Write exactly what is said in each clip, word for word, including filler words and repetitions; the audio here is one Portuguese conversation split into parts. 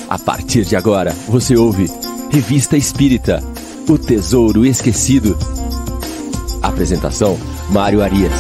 A partir de agora, você ouve Revista Espírita, O Tesouro Esquecido. Apresentação, Mário Arias.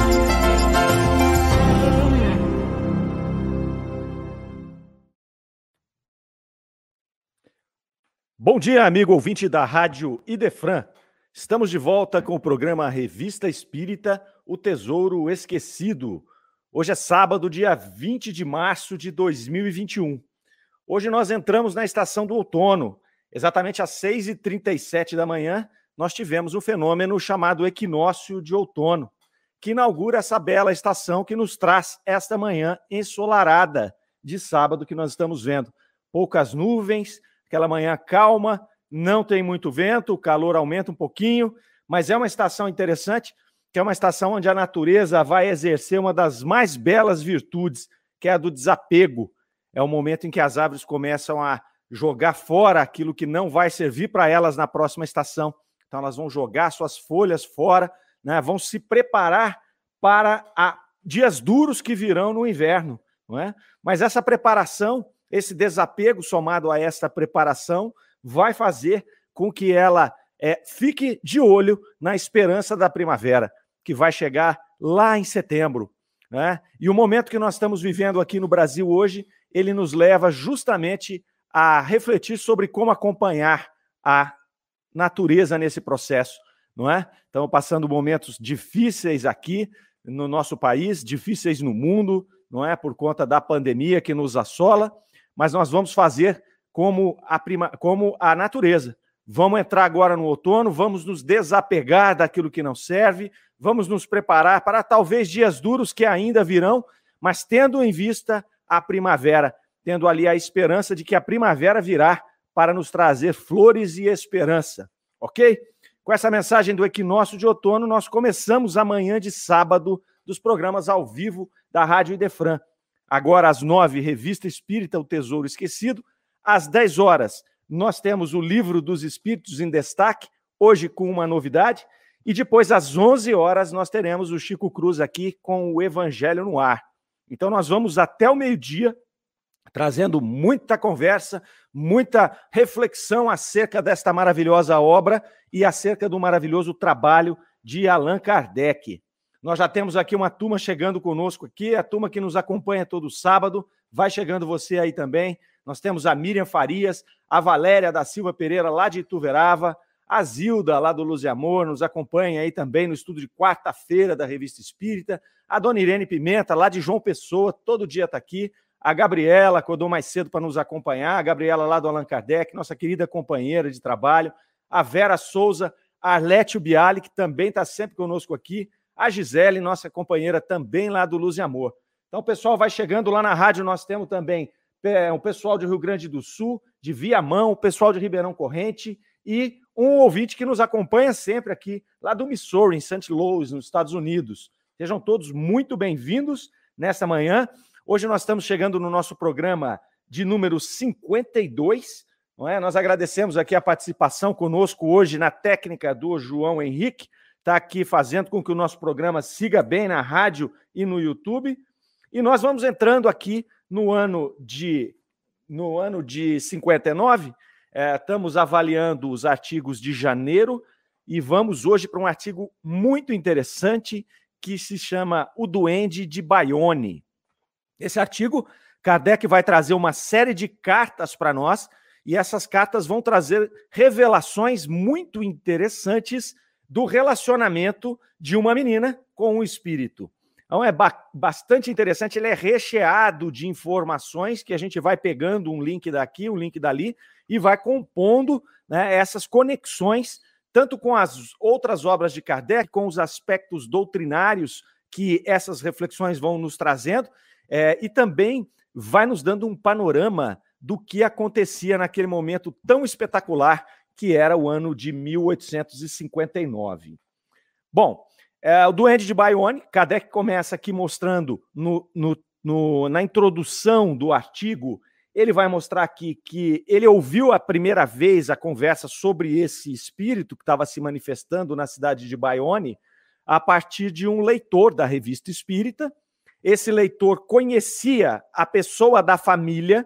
Bom dia, amigo ouvinte da Rádio Idefran. Estamos de volta com o programa Revista Espírita, O Tesouro Esquecido. Hoje é sábado, dia vinte de março de dois mil e vinte e um. Hoje nós entramos na estação do outono. Exatamente às seis e trinta e sete da manhã, nós tivemos um fenômeno chamado equinócio de outono, que inaugura essa bela estação que nos traz esta manhã ensolarada de sábado que nós estamos vendo. Poucas nuvens, aquela manhã calma, não tem muito vento, o calor aumenta um pouquinho, mas é uma estação interessante, que é uma estação onde a natureza vai exercer uma das mais belas virtudes, que é a do desapego. É o momento em que as árvores começam a jogar fora aquilo que não vai servir para elas na próxima estação. Então elas vão jogar suas folhas fora, né? Vão se preparar para a dias duros que virão no inverno, não é? Mas essa preparação, esse desapego somado a esta preparação, vai fazer com que ela é, fique de olho na esperança da primavera, que vai chegar lá em setembro, né? E o momento que nós estamos vivendo aqui no Brasil hoje, ele nos leva justamente a refletir sobre como acompanhar a natureza nesse processo, não é? Estamos passando momentos difíceis aqui no nosso país, difíceis no mundo, não é? Por conta da pandemia que nos assola, mas nós vamos fazer como a, prima, como a natureza. Vamos entrar agora no outono, vamos nos desapegar daquilo que não serve, vamos nos preparar para talvez dias duros que ainda virão, mas tendo em vista a primavera, tendo ali a esperança de que a primavera virá para nos trazer flores e esperança, ok? Com essa mensagem do equinócio de outono, nós começamos amanhã de sábado dos programas ao vivo da Rádio Idefran. Agora, às nove, Revista Espírita, O Tesouro Esquecido. Às dez horas, nós temos o Livro dos Espíritos em Destaque, hoje com uma novidade. E depois, às onze horas, nós teremos o Chico Cruz aqui com o Evangelho no Ar. Então, nós vamos até o meio-dia, trazendo muita conversa, muita reflexão acerca desta maravilhosa obra e acerca do maravilhoso trabalho de Allan Kardec. Nós já temos aqui uma turma chegando conosco aqui, a turma que nos acompanha todo sábado, vai chegando você aí também. Nós temos a Miriam Farias, a Valéria da Silva Pereira, lá de Ituverava, a Zilda, lá do Luz e Amor, nos acompanha aí também no estudo de quarta-feira da Revista Espírita, a Dona Irene Pimenta, lá de João Pessoa, todo dia está aqui, a Gabriela acordou mais cedo para nos acompanhar, a Gabriela lá do Allan Kardec, nossa querida companheira de trabalho, a Vera Souza, a Arlete Biali, que também está sempre conosco aqui, a Gisele, nossa companheira também lá do Luz e Amor. Então o pessoal vai chegando lá na rádio, nós temos também é, o pessoal de Rio Grande do Sul, de Viamão, o pessoal de Ribeirão Corrente e um ouvinte que nos acompanha sempre aqui, lá do Missouri, em Saint Louis, nos Estados Unidos. Sejam todos muito bem-vindos nessa manhã. Hoje nós estamos chegando no nosso programa de número cinquenta e dois, não é? Nós agradecemos aqui a participação conosco hoje na técnica do João Henrique, está aqui fazendo com que o nosso programa siga bem na rádio e no YouTube. E nós vamos entrando aqui no ano de, no ano de cinquenta e nove, é, estamos avaliando os artigos de janeiro e vamos hoje para um artigo muito interessante que se chama O Duende de Bayonne. Esse artigo, Kardec vai trazer uma série de cartas para nós e essas cartas vão trazer revelações muito interessantes do relacionamento de uma menina com um espírito. Então é ba- bastante interessante, ele é recheado de informações que a gente vai pegando um link daqui, um link dali e vai compondo, né, essas conexões, tanto com as outras obras de Kardec, com os aspectos doutrinários que essas reflexões vão nos trazendo, é, e também vai nos dando um panorama do que acontecia naquele momento tão espetacular que era o ano de mil oitocentos e cinquenta e nove. Bom, é, o Duende de Bayonne, Kardec começa aqui mostrando no, no, no, na introdução do artigo, ele vai mostrar aqui que ele ouviu a primeira vez a conversa sobre esse espírito que estava se manifestando na cidade de Bayonne a partir de um leitor da Revista Espírita. Esse leitor conhecia a pessoa da família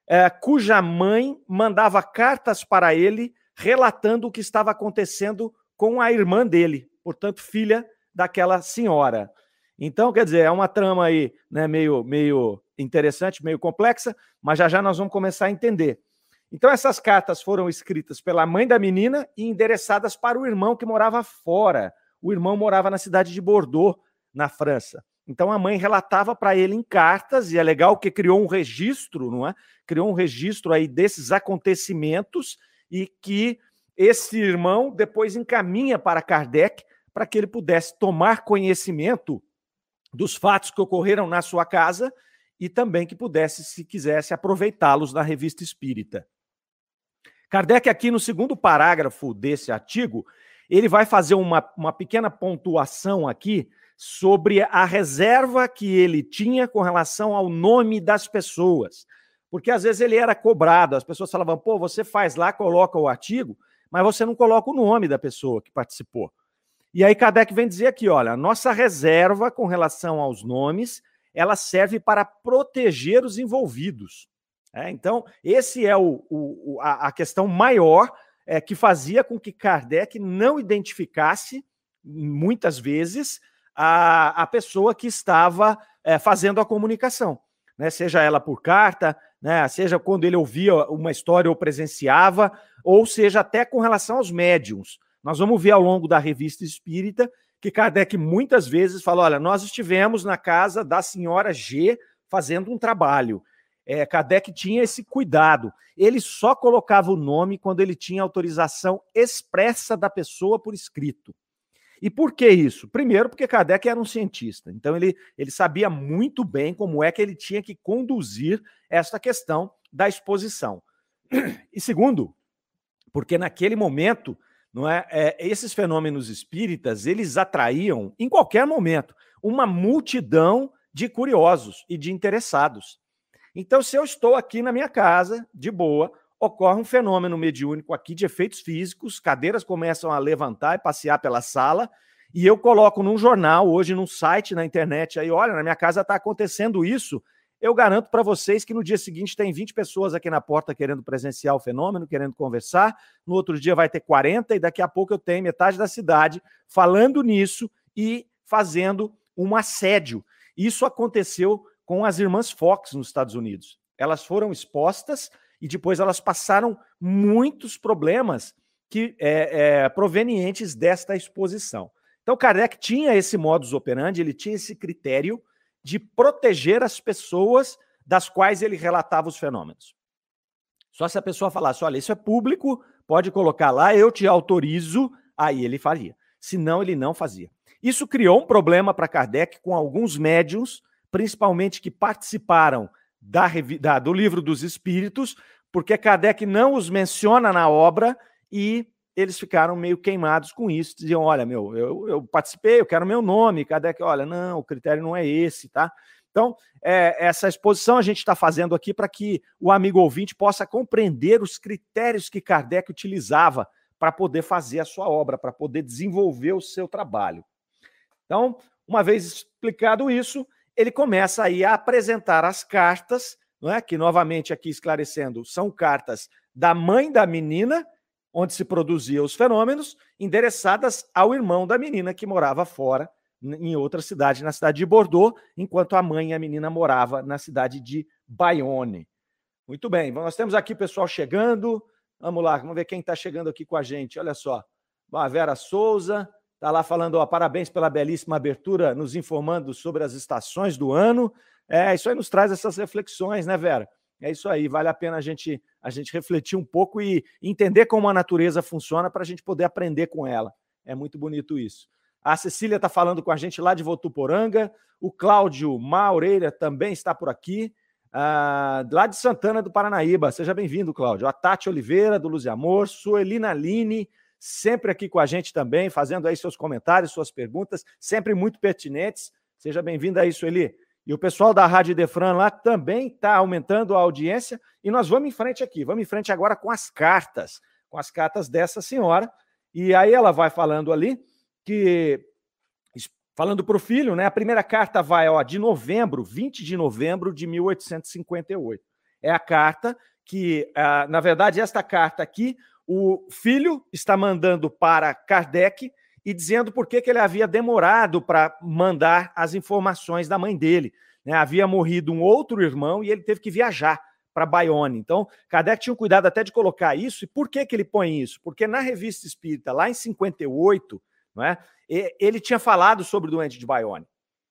é, cuja mãe mandava cartas para ele relatando o que estava acontecendo com a irmã dele, portanto, filha daquela senhora. Então, quer dizer, é uma trama aí, né, meio, meio interessante, meio complexa, mas já já nós vamos começar a entender. Então, essas cartas foram escritas pela mãe da menina e endereçadas para o irmão que morava fora. O irmão morava na cidade de Bordeaux, na França. Então, a mãe relatava para ele em cartas, e é legal que criou um registro, não é? Criou um registro aí desses acontecimentos e que esse irmão depois encaminha para Kardec para que ele pudesse tomar conhecimento dos fatos que ocorreram na sua casa e também que pudesse, se quisesse, aproveitá-los na Revista Espírita. Kardec, aqui no segundo parágrafo desse artigo, ele vai fazer uma, uma pequena pontuação aqui sobre a reserva que ele tinha com relação ao nome das pessoas. Porque às vezes ele era cobrado, as pessoas falavam, pô, você faz lá, coloca o artigo, mas você não coloca o nome da pessoa que participou. E aí Kardec vem dizer aqui, olha, a nossa reserva com relação aos nomes, ela serve para proteger os envolvidos. É, então, esse é o, o, a, a questão maior é, que fazia com que Kardec não identificasse, muitas vezes, a, a pessoa que estava é, fazendo a comunicação, né? Seja ela por carta, né? Seja quando ele ouvia uma história ou presenciava, ou seja até com relação aos médiuns. Nós vamos ver ao longo da Revista Espírita que Kardec muitas vezes fala, olha, nós estivemos na casa da senhora G fazendo um trabalho. É, Kardec tinha esse cuidado. Ele só colocava o nome quando ele tinha autorização expressa da pessoa por escrito. E por que isso? Primeiro, porque Kardec era um cientista. Então, ele, ele sabia muito bem como é que ele tinha que conduzir essa questão da exposição. E segundo, porque naquele momento, não é, é, esses fenômenos espíritas, eles atraíam, em qualquer momento, uma multidão de curiosos e de interessados. Então, se eu estou aqui na minha casa, de boa, ocorre um fenômeno mediúnico aqui de efeitos físicos, cadeiras começam a levantar e passear pela sala, e eu coloco num jornal, hoje num site na internet, aí, olha, na minha casa está acontecendo isso, eu garanto para vocês que no dia seguinte tem vinte pessoas aqui na porta querendo presenciar o fenômeno, querendo conversar, no outro dia vai ter quarenta, e daqui a pouco eu tenho metade da cidade falando nisso e fazendo um assédio. Isso aconteceu com as irmãs Fox nos Estados Unidos. Elas foram expostas e depois elas passaram muitos problemas que, é, é, provenientes desta exposição. Então, Kardec tinha esse modus operandi, ele tinha esse critério de proteger as pessoas das quais ele relatava os fenômenos. Só se a pessoa falasse, olha, isso é público, pode colocar lá, eu te autorizo, aí ele faria. Senão, ele não fazia. Isso criou um problema para Kardec com alguns médiuns, principalmente que participaram da, da, do Livro dos Espíritos, porque Kardec não os menciona na obra e eles ficaram meio queimados com isso, diziam, olha, meu, eu, eu participei, eu quero meu nome, Kardec, olha, não, o critério não é esse, tá? Então, é, essa exposição a gente está fazendo aqui para que o amigo ouvinte possa compreender os critérios que Kardec utilizava para poder fazer a sua obra, para poder desenvolver o seu trabalho. Então, uma vez explicado isso, ele começa aí a apresentar as cartas, não é? Que, novamente, aqui esclarecendo, são cartas da mãe da menina, onde se produziam os fenômenos, endereçadas ao irmão da menina que morava fora, em outra cidade, na cidade de Bordeaux, enquanto a mãe e a menina morava na cidade de Bayonne. Muito bem, nós temos aqui o pessoal chegando, vamos lá, vamos ver quem está chegando aqui com a gente, olha só, a Vera Souza está lá falando, ó, parabéns pela belíssima abertura, nos informando sobre as estações do ano, é, isso aí nos traz essas reflexões, né, Vera? É isso aí, vale a pena a gente, a gente refletir um pouco e entender como a natureza funciona para a gente poder aprender com ela. É muito bonito isso. A Cecília está falando com a gente lá de Votuporanga, o Cláudio Maureira também está por aqui, ah, lá de Santana do Paranaíba. Seja bem-vindo, Cláudio. A Tati Oliveira, do Luz e Amor, Suelina Line, sempre aqui com a gente também, fazendo aí seus comentários, suas perguntas, sempre muito pertinentes. Seja bem-vinda aí, Sueli. E o pessoal da Rádio Idefran lá também está aumentando a audiência. E nós vamos em frente aqui. Vamos em frente agora com as cartas. Com as cartas dessa senhora. E aí ela vai falando ali que... Falando para o filho, né? A primeira carta vai ó, de novembro, vinte de novembro de mil oitocentos e cinquenta e oito. é a carta que, ah, na verdade, esta carta aqui, o filho está mandando para Kardec e dizendo por que, que ele havia demorado para mandar as informações da mãe dele. Né? Havia morrido um outro irmão e ele teve que viajar para Bayonne. Então, Kardec tinha um cuidado até de colocar isso. E por que, que ele põe isso? Porque na Revista Espírita, lá em cinquenta e oito, não é, ele tinha falado sobre o doente de Bayonne.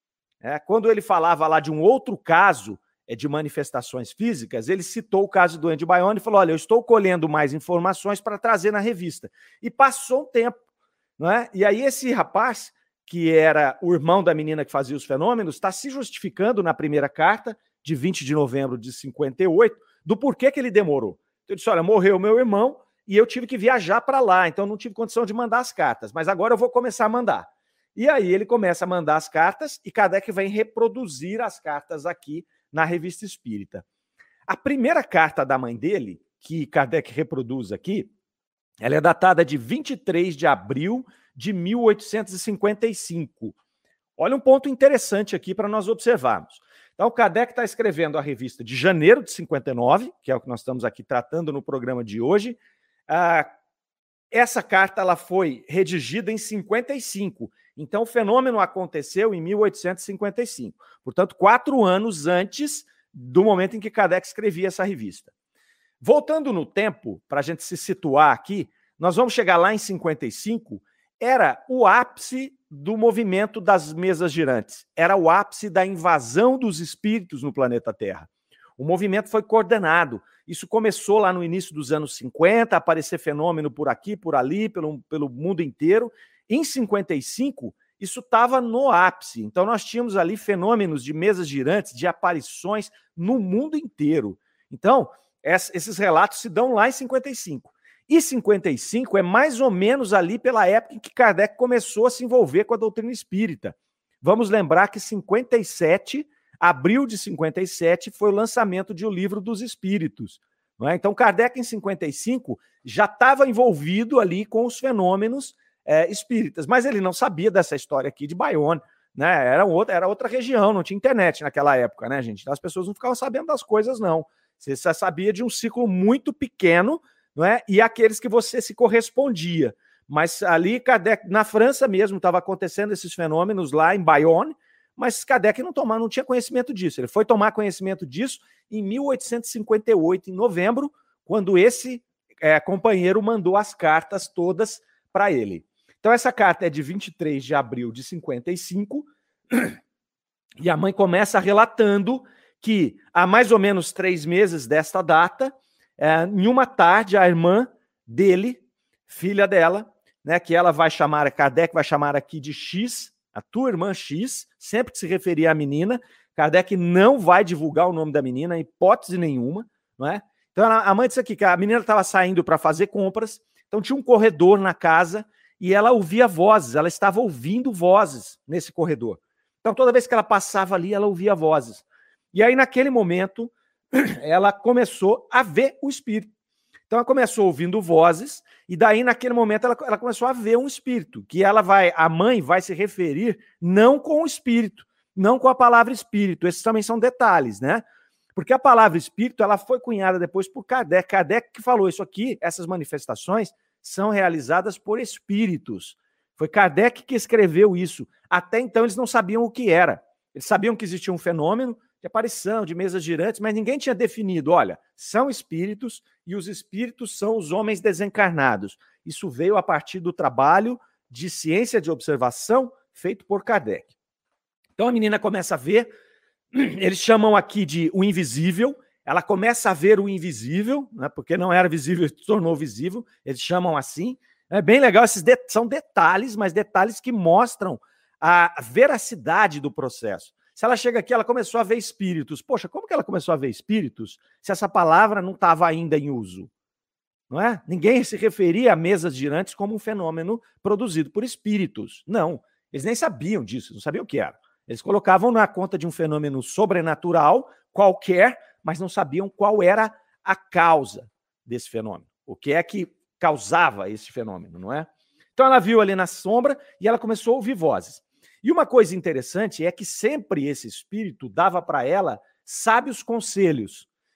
É, quando ele falava lá de um outro caso de manifestações físicas, ele citou o caso do doente de Bayonne e falou, olha, eu estou colhendo mais informações para trazer na revista. E passou um tempo. Não é? E aí esse rapaz, que era o irmão da menina que fazia os fenômenos, está se justificando na primeira carta, de vinte de novembro de cinquenta e oito, do porquê que ele demorou. Então ele disse, olha, morreu meu irmão e eu tive que viajar para lá, então não tive condição de mandar as cartas, mas agora eu vou começar a mandar. E aí ele começa a mandar as cartas e Kardec vem reproduzir as cartas aqui na Revista Espírita. A primeira carta da mãe dele, que Kardec reproduz aqui, ela é datada de vinte e três de abril de mil oitocentos e cinquenta e cinco. Olha um ponto interessante aqui para nós observarmos. Então, Kardec está escrevendo a revista de janeiro de cinquenta e nove, que é o que nós estamos aqui tratando no programa de hoje. Ah, essa carta ela foi redigida em cinquenta e cinco. Então, o fenômeno aconteceu em mil oitocentos e cinquenta e cinco. Portanto, quatro anos antes do momento em que Kardec escrevia essa revista. Voltando no tempo, para a gente se situar aqui, nós vamos chegar lá em cinquenta e cinco, era o ápice do movimento das mesas girantes, era o ápice da invasão dos espíritos no planeta Terra. O movimento foi coordenado, isso começou lá no início dos anos cinquenta, a aparecer fenômeno por aqui, por ali, pelo, pelo mundo inteiro. Em cinquenta e cinco, isso estava no ápice, então nós tínhamos ali fenômenos de mesas girantes, de aparições no mundo inteiro. Então, esses relatos se dão lá em cinquenta e cinco. E cinquenta e cinco é mais ou menos ali pela época em que Kardec começou a se envolver com a doutrina espírita. Vamos lembrar que cinquenta e sete, abril de cinquenta e sete, foi o lançamento de O Livro dos Espíritos. Não é? Então, Kardec, em cinquenta e cinco, já estava envolvido ali com os fenômenos é, espíritas, mas ele não sabia dessa história aqui de Bayonne. Né? Era, outra, era outra região, não tinha internet naquela época, né, gente? Então, as pessoas não ficavam sabendo das coisas, não. Você só sabia de um ciclo muito pequeno, não é? E aqueles que você se correspondia. Mas ali, Kardec, na França mesmo, estava acontecendo esses fenômenos lá em Bayonne, mas Kardec não, tomava, não tinha conhecimento disso. Ele foi tomar conhecimento disso em mil oitocentos e cinquenta e oito, em novembro, quando esse é, companheiro mandou as cartas todas para ele. Então, essa carta é de vinte e três de abril de cinquenta e cinco, e a mãe começa relatando que há mais ou menos três meses desta data, é, em uma tarde, a irmã dele, filha dela, né, que ela vai chamar, Kardec vai chamar aqui de X, a tua irmã X, sempre que se referir à menina, Kardec não vai divulgar o nome da menina, em hipótese nenhuma, não é? Então a mãe disse aqui que a menina estava saindo para fazer compras, então tinha um corredor na casa e ela ouvia vozes, ela estava ouvindo vozes nesse corredor. Então toda vez que ela passava ali, ela ouvia vozes. E aí, naquele momento, ela começou a ver o espírito. Então, ela começou ouvindo vozes, e daí, naquele momento, ela, ela começou a ver um espírito, que ela vai, a mãe vai se referir não com o espírito, não com a palavra espírito. Esses também são detalhes, né? Porque a palavra espírito, ela foi cunhada depois por Kardec. Kardec que falou isso aqui, essas manifestações são realizadas por espíritos. Foi Kardec que escreveu isso. Até então, eles não sabiam o que era. Eles sabiam que existia um fenômeno de aparição, de mesas girantes, mas ninguém tinha definido, olha, são espíritos e os espíritos são os homens desencarnados. Isso veio a partir do trabalho de ciência de observação feito por Kardec. Então a menina começa a ver, eles chamam aqui de o invisível, ela começa a ver o invisível, né, porque não era visível, se tornou visível, eles chamam assim. É bem legal, esses de- são detalhes, mas detalhes que mostram a veracidade do processo. Se ela chega aqui, ela começou a ver espíritos. Poxa, como que ela começou a ver espíritos se essa palavra não estava ainda em uso? Não é? Ninguém se referia a mesas girantes como um fenômeno produzido por espíritos. Não, eles nem sabiam disso, não sabiam o que era. Eles colocavam na conta de um fenômeno sobrenatural qualquer, mas não sabiam qual era a causa desse fenômeno. O que é que causava esse fenômeno, não é? Então ela viu ali na sombra e ela começou a ouvir vozes. E uma coisa interessante é que sempre esse espírito dava para ela sábios conselhos.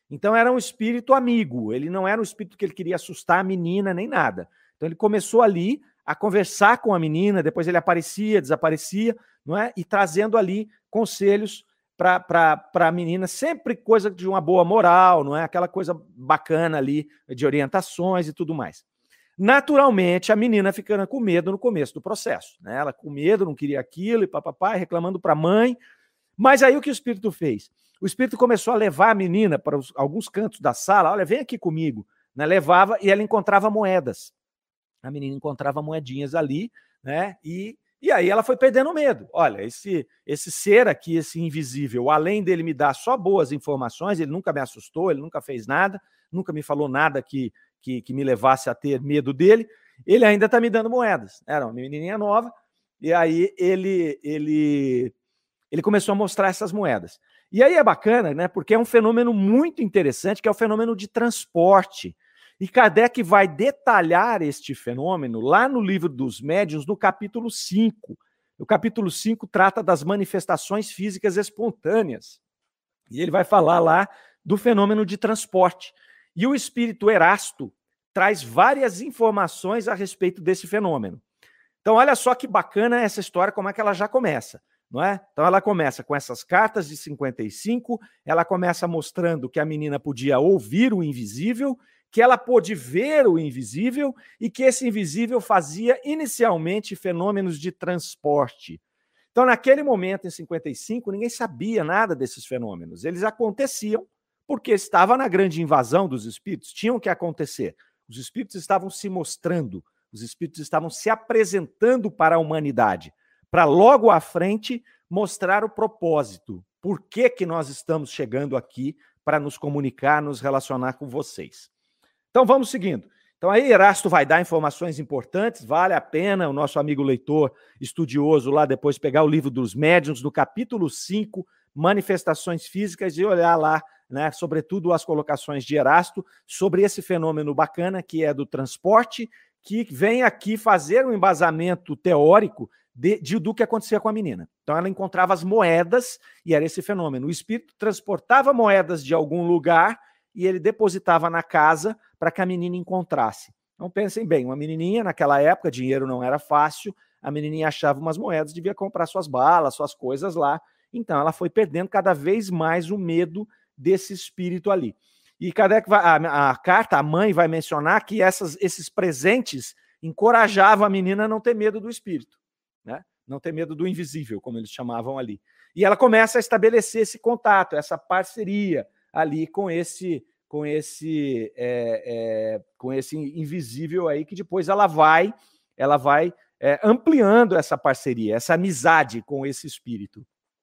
Então era um espírito amigo, ele não era um espírito que ele queria assustar a menina nem nada. Então ele começou ali a conversar com a menina, depois ele aparecia, desaparecia, não é? E trazendo ali conselhos para a menina, sempre coisa de uma boa moral, não é? Aquela coisa bacana ali de orientações e tudo mais. Naturalmente, a menina ficando com medo no começo do processo, né? Ela com medo, não queria aquilo, e papapá, reclamando para a mãe. Mas aí o que o espírito fez? O espírito começou a levar a menina para os, alguns cantos da sala. Olha, vem aqui comigo. Né? Levava e ela encontrava moedas. A menina encontrava moedinhas ali, né? E, e aí ela foi perdendo medo. Olha, esse, esse ser aqui, esse invisível, além dele me dar só boas informações, ele nunca me assustou, ele nunca fez nada, nunca me falou nada que, que, que me levasse a ter medo dele, ele ainda está me dando moedas. Era uma menininha nova, e aí ele... ele Ele começou a mostrar essas moedas. E aí é bacana, né? Porque é um fenômeno muito interessante, que é o fenômeno de transporte. E Kardec vai detalhar este fenômeno lá no Livro dos Médiuns, no capítulo cinco. O capítulo cinco trata das manifestações físicas espontâneas. E ele vai falar lá do fenômeno de transporte. E o espírito Erasto traz várias informações a respeito desse fenômeno. Então, olha só que bacana essa história, como é que ela já começa. Não é? Então ela começa com essas cartas de cinquenta e cinco, ela começa mostrando que a menina podia ouvir o invisível, que ela pôde ver o invisível e que esse invisível fazia inicialmente fenômenos de transporte. Então naquele momento, em cinquenta e cinco, ninguém sabia nada desses fenômenos. Eles aconteciam porque estava na grande invasão dos espíritos, tinham que acontecer. Os espíritos estavam se mostrando, os espíritos estavam se apresentando para a humanidade, para logo à frente mostrar o propósito. Por que que nós estamos chegando aqui para nos comunicar, nos relacionar com vocês? Então vamos seguindo. Então aí Erasto vai dar informações importantes, vale a pena o nosso amigo leitor estudioso lá depois pegar o Livro dos Médiuns, do capítulo cinco, Manifestações Físicas, e olhar lá, né, sobretudo as colocações de Erasto sobre esse fenômeno bacana que é do transporte, que vem aqui fazer um embasamento teórico De, de, do que acontecia com a menina. Então ela encontrava as moedas e era esse fenômeno. O espírito transportava moedas de algum lugar e ele depositava na casa para que a menina encontrasse. Então pensem bem, uma menininha naquela época, dinheiro não era fácil, a menininha achava umas moedas, devia comprar suas balas, suas coisas lá. Então ela foi perdendo cada vez mais o medo desse espírito ali. E Kardec vai, a, a carta, a mãe vai mencionar que essas, esses presentes encorajavam a menina a não ter medo do espírito. Né? Não ter medo do invisível, como eles chamavam ali. E ela começa a estabelecer esse contato, essa parceria ali com esse, com esse, é, é, com esse invisível aí, que depois ela vai, ela vai é, ampliando essa parceria, essa amizade com esse espírito.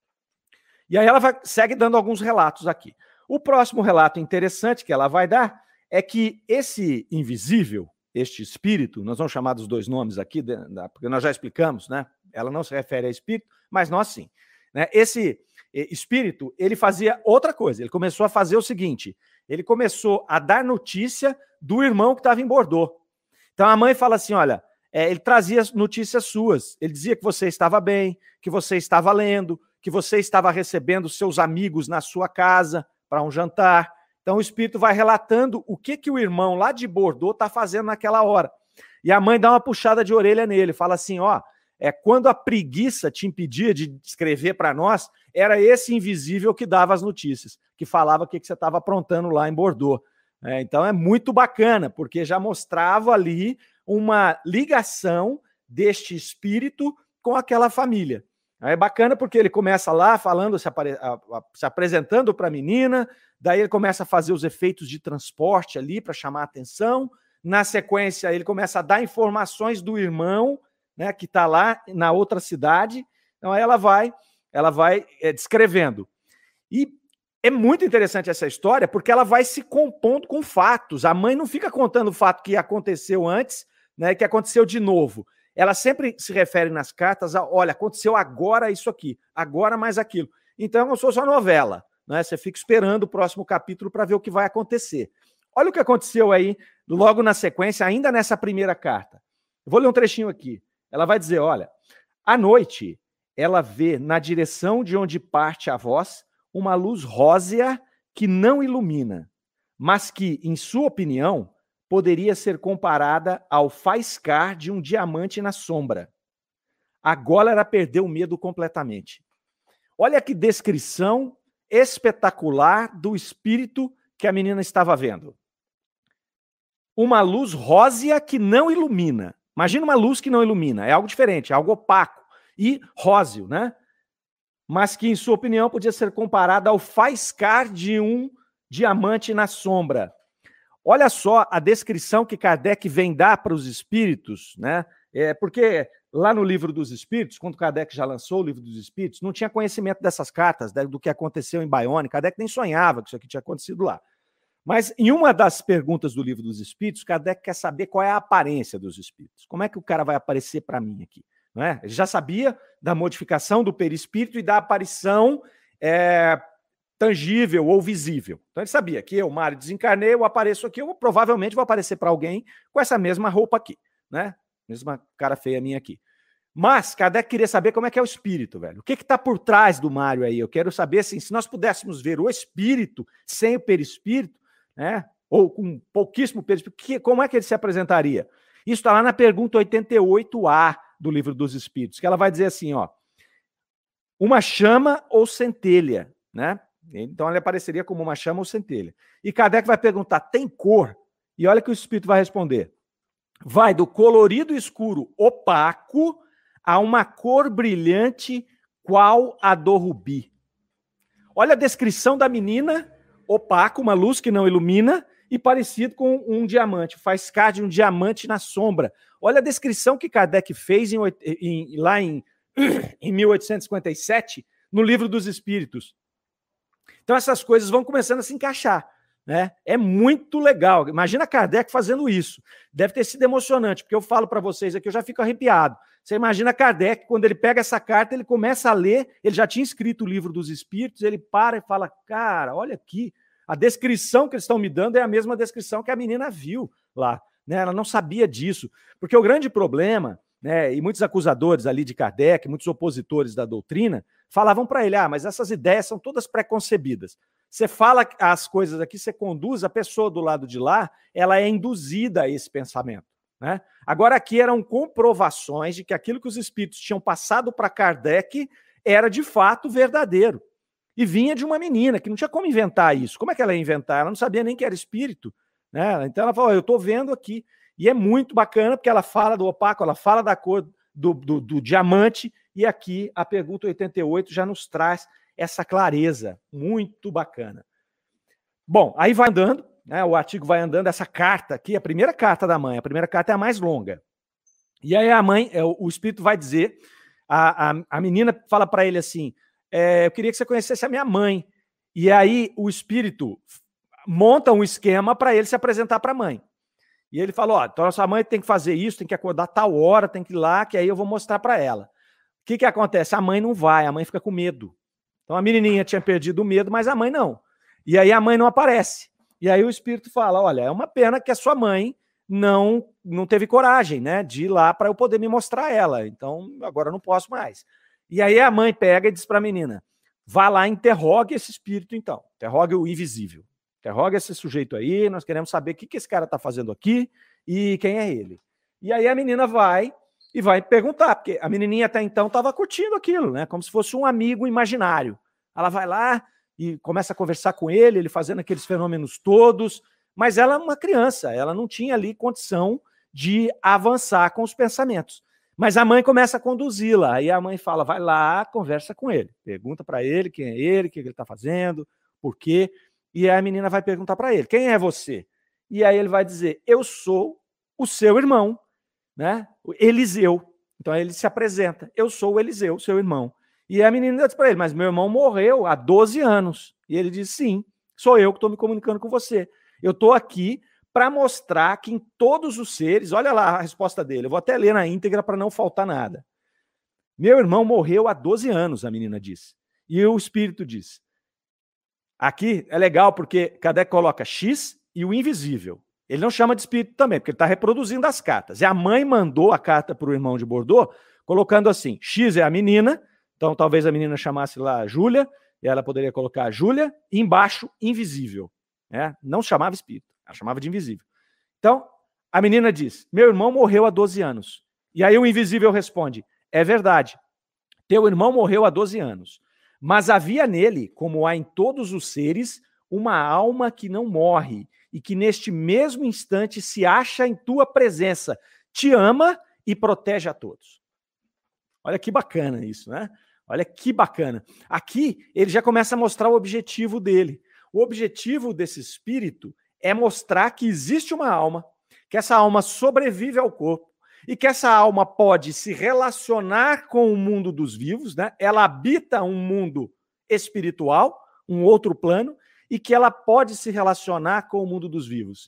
E aí ela vai, segue dando alguns relatos aqui. O próximo relato interessante que ela vai dar é que esse invisível, este espírito, nós vamos chamar dos dois nomes aqui, porque nós já explicamos, né? Ela não se refere a espírito, mas nós sim. Né? Esse espírito, ele fazia outra coisa, ele começou a fazer o seguinte, ele começou a dar notícia do irmão que estava em Bordeaux. Então a mãe fala assim, olha, é, ele trazia notícias suas, ele dizia que você estava bem, que você estava lendo, que você estava recebendo seus amigos na sua casa para um jantar. Então o espírito vai relatando o que, que o irmão lá de Bordeaux está fazendo naquela hora. E a mãe dá uma puxada de orelha nele, fala assim, ó, é, quando a preguiça te impedia de escrever para nós, era esse invisível que dava as notícias, que falava o que, que você estava aprontando lá em Bordeaux. É, então é muito bacana, porque já mostrava ali uma ligação deste espírito com aquela família. É bacana porque ele começa lá falando, se, apare... se apresentando para a menina, daí ele começa a fazer os efeitos de transporte ali para chamar a atenção. Na sequência, ele começa a dar informações do irmão, né, que está lá na outra cidade. Então, aí ela vai, ela vai é, descrevendo. E é muito interessante essa história, porque ela vai se compondo com fatos. A mãe não fica contando o fato que aconteceu antes, né, que aconteceu de novo. Ela sempre se refere nas cartas a, olha, aconteceu agora isso aqui, agora mais aquilo. Então, é como se fosse uma novela. Né? Você fica esperando o próximo capítulo para ver o que vai acontecer. Olha o que aconteceu aí, logo na sequência, ainda nessa primeira carta. Eu vou ler um trechinho aqui. Ela vai dizer, olha, à noite, ela vê na direção de onde parte a voz uma luz rósea que não ilumina, mas que, em sua opinião, poderia ser comparada ao faiscar de um diamante na sombra. Agora ela perdeu o medo completamente. Olha que descrição espetacular do espírito que a menina estava vendo. Uma luz rósea que não ilumina. Imagina uma luz que não ilumina. É algo diferente, é algo opaco e róseo, né? Mas que, em sua opinião, podia ser comparada ao faiscar de um diamante na sombra. Olha só a descrição que Kardec vem dar para os espíritos, né? É porque lá no Livro dos Espíritos, quando Kardec já lançou o Livro dos Espíritos, não tinha conhecimento dessas cartas, do que aconteceu em Bayonne. Kardec nem sonhava que isso aqui tinha acontecido lá. Mas em uma das perguntas do Livro dos Espíritos, Kardec quer saber qual é a aparência dos espíritos. Como é que o cara vai aparecer para mim aqui? Não é? Ele já sabia da modificação do perispírito e da aparição é, tangível ou visível. Então ele sabia que eu, Mário, desencarnei, eu apareço aqui, eu provavelmente vou aparecer para alguém com essa mesma roupa aqui, né? Mesma cara feia minha aqui. Mas Kardec queria saber como é que é o espírito, velho. O que está por trás do Mário aí? Eu quero saber assim, se nós pudéssemos ver o espírito sem o perispírito, né? Ou com pouquíssimo perispírito, que, como é que ele se apresentaria? Isso está lá na pergunta oitenta e oito A do Livro dos Espíritos, que ela vai dizer assim, ó, uma chama ou centelha, né? Então ele apareceria como uma chama ou centelha. E Kardec vai perguntar, tem cor? E olha que o espírito vai responder. Vai do colorido escuro opaco a uma cor brilhante qual a do rubi. Olha a descrição da menina, opaco, uma luz que não ilumina, e parecido com um diamante, faz ficar de um diamante na sombra. Olha a descrição que Kardec fez em, em, lá em, em mil oitocentos e cinquenta e sete, no Livro dos Espíritos. Então essas coisas vão começando a se encaixar, né? É muito legal. Imagina Kardec fazendo isso. Deve ter sido emocionante, porque eu falo para vocês aqui, eu já fico arrepiado. Você imagina Kardec, quando ele pega essa carta, ele começa a ler, ele já tinha escrito o Livro dos Espíritos, ele para e fala, cara, olha aqui, a descrição que eles estão me dando é a mesma descrição que a menina viu lá, né? Ela não sabia disso, porque o grande problema, né, e muitos acusadores ali de Kardec, muitos opositores da doutrina, falavam para ele, ah, mas essas ideias são todas preconcebidas. Você fala as coisas aqui, você conduz, a pessoa do lado de lá, ela é induzida a esse pensamento, né? Agora aqui eram comprovações de que aquilo que os espíritos tinham passado para Kardec era de fato verdadeiro. E vinha de uma menina, que não tinha como inventar isso. Como é que ela ia inventar? Ela não sabia nem que era espírito, né? Então ela falou, eu estou vendo aqui. E é muito bacana, porque ela fala do opaco, ela fala da cor do, do, do diamante, e aqui a pergunta oitenta e oito já nos traz essa clareza. Muito bacana. Bom, aí vai andando, né? O artigo vai andando, essa carta aqui, a primeira carta da mãe, a primeira carta é a mais longa. E aí a mãe, o espírito vai dizer, a, a, a menina fala para ele assim, É, eu queria que você conhecesse a minha mãe. E aí o espírito monta um esquema para ele se apresentar para a mãe. E ele falou, ó, então a sua mãe tem que fazer isso, tem que acordar tal hora, tem que ir lá, que aí eu vou mostrar para ela. O que que acontece? A mãe não vai, a mãe fica com medo. Então a menininha tinha perdido o medo, mas a mãe não. E aí a mãe não aparece. E aí o espírito fala, olha, é uma pena que a sua mãe não, não teve coragem, né, de ir lá para eu poder me mostrar ela. Então agora eu não posso mais. E aí a mãe pega e diz para a menina, vá lá, interrogue esse espírito então, interrogue o invisível, interrogue esse sujeito aí, nós queremos saber o que, que esse cara está fazendo aqui e quem é ele. E aí a menina vai e vai perguntar, porque a menininha até então estava curtindo aquilo, né, como se fosse um amigo imaginário. Ela vai lá e começa a conversar com ele, ele fazendo aqueles fenômenos todos, mas ela é uma criança, ela não tinha ali condição de avançar com os pensamentos. Mas a mãe começa a conduzi-la. Aí a mãe fala, vai lá, conversa com ele. Pergunta para ele quem é ele, o que ele está fazendo, por quê. E aí a menina vai perguntar para ele, quem é você? E aí ele vai dizer, eu sou o seu irmão, né? O Eliseu. Então aí ele se apresenta, eu sou o Eliseu, seu irmão. E a menina diz para ele, mas meu irmão morreu há doze anos. E ele diz, sim, sou eu que estou me comunicando com você. Eu estou aqui para mostrar que em todos os seres, olha lá a resposta dele, eu vou até ler na íntegra para não faltar nada. Meu irmão morreu há doze anos, a menina disse. E o espírito diz. Aqui é legal porque Kardec coloca X e o invisível. Ele não chama de espírito também, porque ele está reproduzindo as cartas. E a mãe mandou a carta para o irmão de Bordeaux, colocando assim, X é a menina, então talvez a menina chamasse lá Júlia, e ela poderia colocar Júlia, e embaixo, invisível. né? Não chamava espírito, ela chamava de invisível. Então, a menina diz, meu irmão morreu há doze anos. E aí o invisível responde, é verdade, teu irmão morreu há doze anos, mas havia nele, como há em todos os seres, uma alma que não morre e que neste mesmo instante se acha em tua presença, te ama e protege a todos. Olha que bacana isso, né? Olha que bacana. Aqui ele já começa a mostrar o objetivo dele. O objetivo desse espírito é mostrar que existe uma alma, que essa alma sobrevive ao corpo e que essa alma pode se relacionar com o mundo dos vivos, né? Ela habita um mundo espiritual, um outro plano, e que ela pode se relacionar com o mundo dos vivos.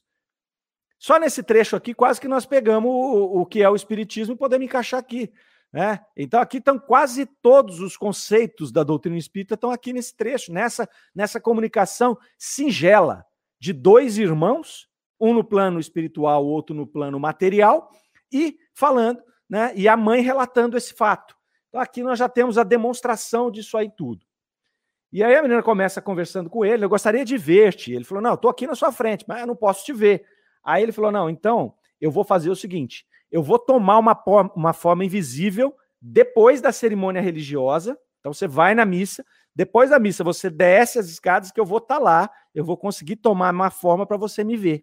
Só nesse trecho aqui, quase que nós pegamos o, o que é o espiritismo e podemos encaixar aqui. Né? Então aqui estão quase todos os conceitos da doutrina espírita estão aqui nesse trecho, nessa, nessa comunicação singela de dois irmãos, um no plano espiritual, o outro no plano material, e falando, né? E a mãe relatando esse fato. Então aqui nós já temos a demonstração disso aí tudo. E aí a menina começa conversando com ele, eu gostaria de ver-te. Ele falou, não, eu estou aqui na sua frente, mas eu não posso te ver. Aí ele falou, não, então eu vou fazer o seguinte, eu vou tomar uma, uma forma invisível depois da cerimônia religiosa, então você vai na missa, depois da missa você desce as escadas que eu vou estar lá, eu vou conseguir tomar uma forma para você me ver.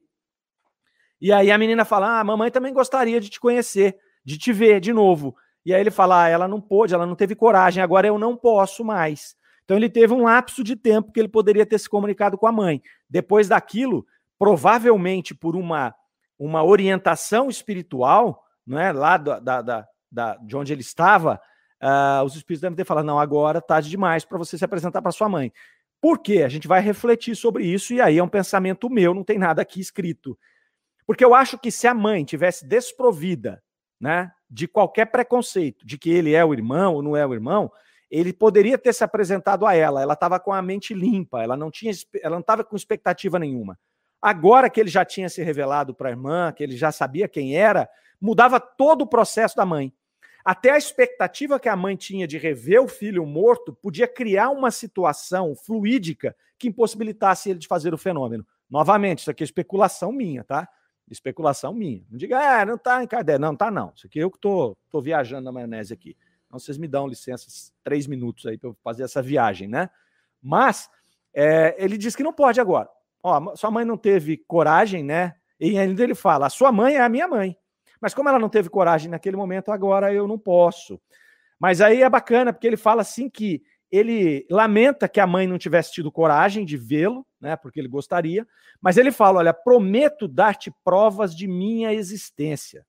E aí a menina fala, ah, a mamãe também gostaria de te conhecer, de te ver de novo. E aí ele fala, ah, ela não pôde, ela não teve coragem, agora eu não posso mais. Então ele teve um lapso de tempo que ele poderia ter se comunicado com a mãe. Depois daquilo, provavelmente por uma, uma orientação espiritual, não é, lá da, da, da, da, de onde ele estava, uh, os espíritos devem ter falado, não, agora tá tarde demais para você se apresentar para sua mãe. Por quê? A gente vai refletir sobre isso, e aí é um pensamento meu, não tem nada aqui escrito. Porque eu acho que se a mãe tivesse desprovida, né, de qualquer preconceito, de que ele é o irmão ou não é o irmão, ele poderia ter se apresentado a ela, ela estava com a mente limpa, ela não tinha, ela não estava com expectativa nenhuma. Agora que ele já tinha se revelado para a irmã, que ele já sabia quem era, mudava todo o processo da mãe. Até a expectativa que a mãe tinha de rever o filho morto podia criar uma situação fluídica que impossibilitasse ele de fazer o fenômeno. Novamente, isso aqui é especulação minha, tá? Especulação minha. Não diga, ah, não está em Kardec. Não, tá não. Isso aqui eu que estou tô, tô viajando na maionese aqui. Então vocês me dão licença, três minutos aí para eu fazer essa viagem, né? Mas é, ele diz que não pode agora. Ó, sua mãe não teve coragem, né? E ainda ele fala, a sua mãe é a minha mãe. Mas como ela não teve coragem naquele momento, agora eu não posso. Mas aí é bacana, porque ele fala assim que ele lamenta que a mãe não tivesse tido coragem de vê-lo, né? Porque ele gostaria. Mas ele fala, olha, prometo dar-te provas de minha existência.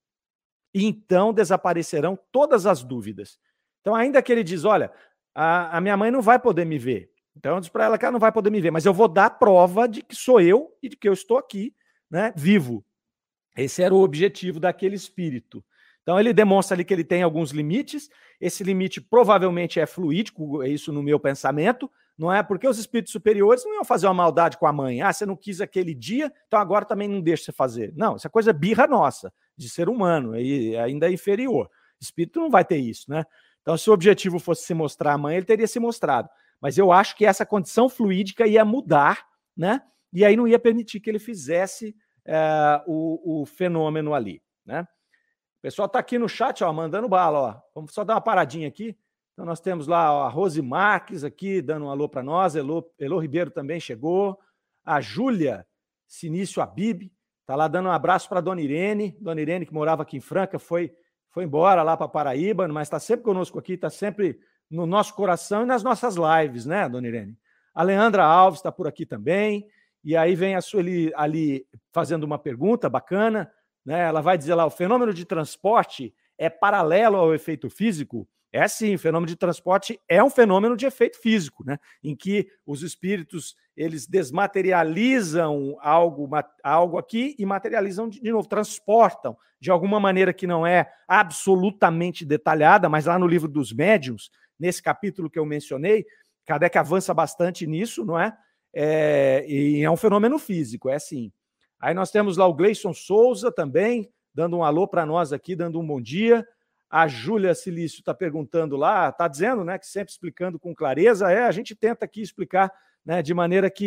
E então desaparecerão todas as dúvidas. Então, ainda que ele diz, olha, a, a minha mãe não vai poder me ver. Então, eu disse para ela que ela não vai poder me ver, mas eu vou dar prova de que sou eu e de que eu estou aqui, né, vivo. Esse era o objetivo daquele espírito. Então, ele demonstra ali que ele tem alguns limites. Esse limite provavelmente é fluídico, é isso no meu pensamento, não é? Porque os espíritos superiores não iam fazer uma maldade com a mãe. Ah, você não quis aquele dia, então agora também não deixa você fazer. Não, essa coisa é birra nossa, de ser humano, e ainda é inferior. Espírito não vai ter isso, né? Então, se o objetivo fosse se mostrar a mãe, ele teria se mostrado. Mas eu acho que essa condição fluídica ia mudar, né? E aí não ia permitir que ele fizesse é, o, o fenômeno ali, né? O pessoal está aqui no chat, ó, mandando bala, ó. Vamos só dar uma paradinha aqui. Então, nós temos lá ó, a Rose Marques aqui, dando um alô para nós. Elô, Elô Ribeiro também chegou. A Júlia Sinício Abib está lá dando um abraço para a Dona Irene. Dona Irene, que morava aqui em Franca, foi... Foi embora lá para Paraíba, mas está sempre conosco aqui, está sempre no nosso coração e nas nossas lives, né, Dona Irene? A Leandra Alves está por aqui também, e aí vem a Sueli ali fazendo uma pergunta bacana, né? Ela vai dizer lá, o fenômeno de transporte é paralelo ao efeito físico? É sim, o fenômeno de transporte é um fenômeno de efeito físico, né? Em que os espíritos eles desmaterializam algo, algo aqui e materializam de novo, transportam de alguma maneira que não é absolutamente detalhada, mas lá no livro dos médiuns, nesse capítulo que eu mencionei, Kardec avança bastante nisso, não é? É, e é um fenômeno físico, é sim. Aí nós temos lá o Gleison Souza também, dando um alô para nós aqui, dando um bom dia. A Júlia Silício está perguntando lá, está dizendo, né, que sempre explicando com clareza, é, a gente tenta aqui explicar, né, de maneira que,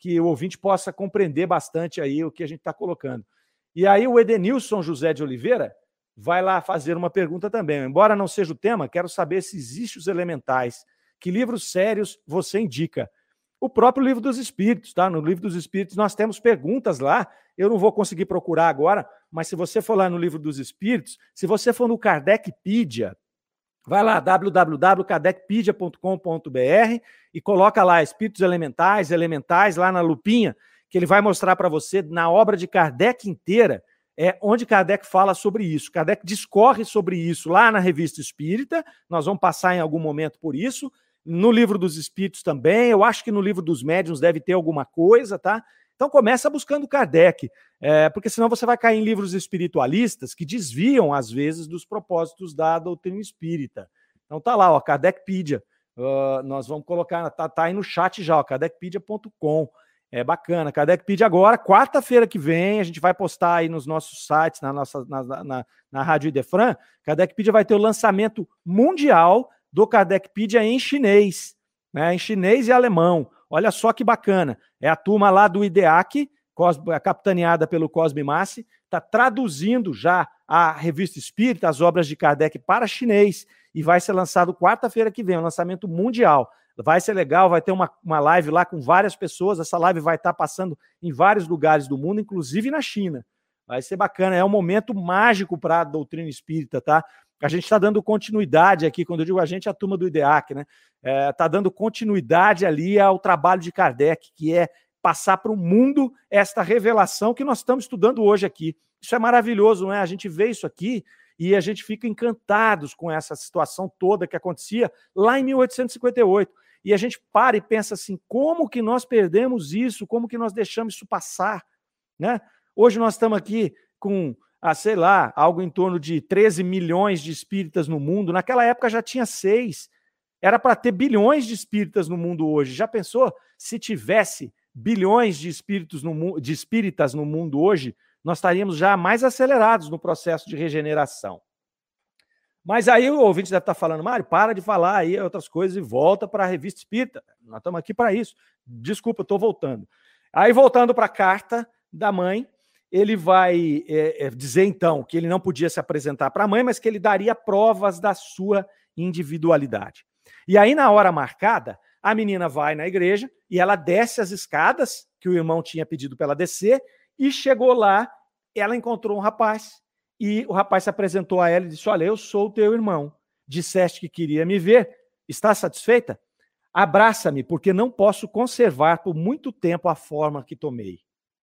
que o ouvinte possa compreender bastante aí o que a gente está colocando. E aí o Edenilson José de Oliveira vai lá fazer uma pergunta também. Embora não seja o tema, quero saber se existem os elementais. Que livros sérios você indica? O próprio Livro dos Espíritos, tá? No Livro dos Espíritos nós temos perguntas lá, eu não vou conseguir procurar agora, mas se você for lá no Livro dos Espíritos, se você for no Kardecpedia, vai lá, w w w ponto kardecpedia ponto com ponto b r e coloca lá Espíritos Elementais, Elementais, lá na lupinha, que ele vai mostrar para você, na obra de Kardec inteira, é onde Kardec fala sobre isso. Kardec discorre sobre isso lá na Revista Espírita, nós vamos passar em algum momento por isso, no Livro dos Espíritos também, eu acho que no Livro dos Médiuns deve ter alguma coisa, tá? Então começa buscando Kardec, é, porque senão você vai cair em livros espiritualistas que desviam, às vezes, dos propósitos da doutrina espírita. Então tá lá, ó, Kardecpedia, uh, nós vamos colocar, tá, tá aí no chat já, ó, kardecpedia ponto com, é bacana, Kardecpedia agora, quarta-feira que vem, a gente vai postar aí nos nossos sites, na, nossa, na, na, na Rádio Idefran, Kardecpedia vai ter o lançamento mundial do Kardecpedia em chinês, né, em chinês e alemão. Olha só que bacana. É a turma lá do IDEAC, capitaneada pelo Cosme Massi, está traduzindo já a Revista Espírita, as obras de Kardec para chinês, e vai ser lançado quarta-feira que vem, um lançamento mundial. Vai ser legal, vai ter uma, uma live lá com várias pessoas, essa live vai estar passando em vários lugares do mundo, inclusive na China. Vai ser bacana, é um momento mágico para a doutrina espírita, tá? A gente está dando continuidade aqui, quando eu digo a gente, é a turma do IDEAC, né? Está é, dando continuidade ali ao trabalho de Kardec, que é passar para o mundo esta revelação que nós estamos estudando hoje aqui. Isso é maravilhoso, não é? A gente vê isso aqui e a gente fica encantados com essa situação toda que acontecia lá em mil oitocentos e cinquenta e oito. E a gente para e pensa assim, como que nós perdemos isso? Como que nós deixamos isso passar? Né? Hoje nós estamos aqui com... Ah, sei lá, algo em torno de treze milhões de espíritas no mundo. Naquela época já tinha seis. Era para ter bilhões de espíritas no mundo hoje. Já pensou? Se tivesse bilhões de, espíritos no, de espíritas no mundo hoje, nós estaríamos já mais acelerados no processo de regeneração. Mas aí o ouvinte deve estar falando, Mário, para de falar aí outras coisas e volta para a Revista Espírita. Nós estamos aqui para isso. Desculpa, eu estou voltando. Aí, voltando para a carta da mãe, ele vai é, é, dizer, então, que ele não podia se apresentar para a mãe, mas que ele daria provas da sua individualidade. E aí, na hora marcada, a menina vai na igreja e ela desce as escadas que o irmão tinha pedido para ela descer e chegou lá, ela encontrou um rapaz e o rapaz se apresentou a ela e disse, olha, eu sou o teu irmão, disseste que queria me ver, está satisfeita? Abraça-me, porque não posso conservar por muito tempo a forma que tomei.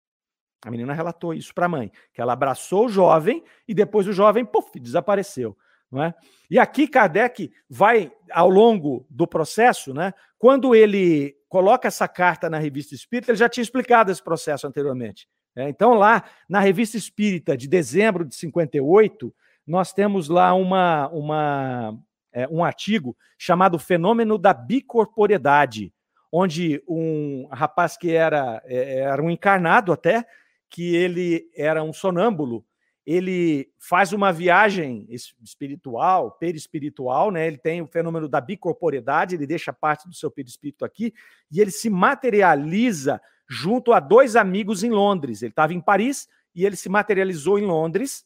A menina relatou isso para a mãe, que ela abraçou o jovem e depois o jovem, puf, desapareceu. Não é? E aqui Kardec vai, ao longo do processo, né, quando ele coloca essa carta na Revista Espírita, ele já tinha explicado esse processo anteriormente. Né? Então, lá na Revista Espírita de dezembro de cinquenta e oito, nós temos lá uma, uma, é, um artigo chamado Fenômeno da Bicorporeidade, onde um rapaz que era, era um encarnado até, que ele era um sonâmbulo, ele faz uma viagem espiritual, perispiritual, né? Ele tem o fenômeno da bicorporeidade, ele deixa parte do seu perispírito aqui, e ele se materializa junto a dois amigos em Londres. Ele estava em Paris e ele se materializou em Londres.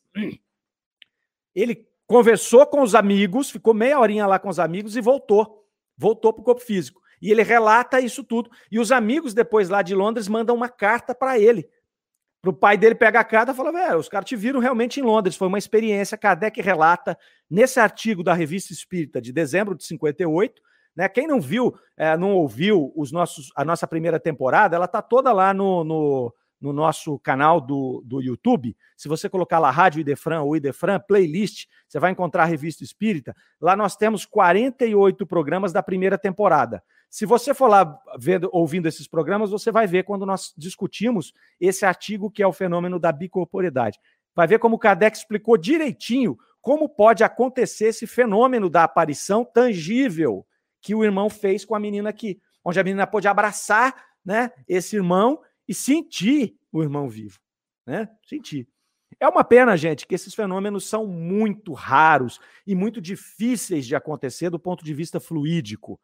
Ele conversou com os amigos, ficou meia horinha lá com os amigos e voltou. Voltou para o corpo físico. E ele relata isso tudo. E os amigos, depois lá de Londres, mandam uma carta para ele. Para o pai dele pegar a carta e falar, velho, os caras te viram realmente em Londres, foi uma experiência. Kardec relata nesse artigo da Revista Espírita de dezembro de cinquenta e oito, né? Quem não viu, é, não ouviu os nossos, a nossa primeira temporada, ela está toda lá no, no, no nosso canal do, do YouTube. Se você colocar lá Rádio Idefran ou Idefran, playlist, você vai encontrar a Revista Espírita. Lá nós temos quarenta e oito programas da primeira temporada. Se você for lá vendo, ouvindo esses programas, você vai ver quando nós discutimos esse artigo que é o fenômeno da bicorporeidade. Vai ver como Kardec explicou direitinho como pode acontecer esse fenômeno da aparição tangível que o irmão fez com a menina aqui, onde a menina pôde abraçar, né, esse irmão e sentir o irmão vivo. Né? Sentir. É uma pena, gente, que esses fenômenos são muito raros e muito difíceis de acontecer do ponto de vista fluídico.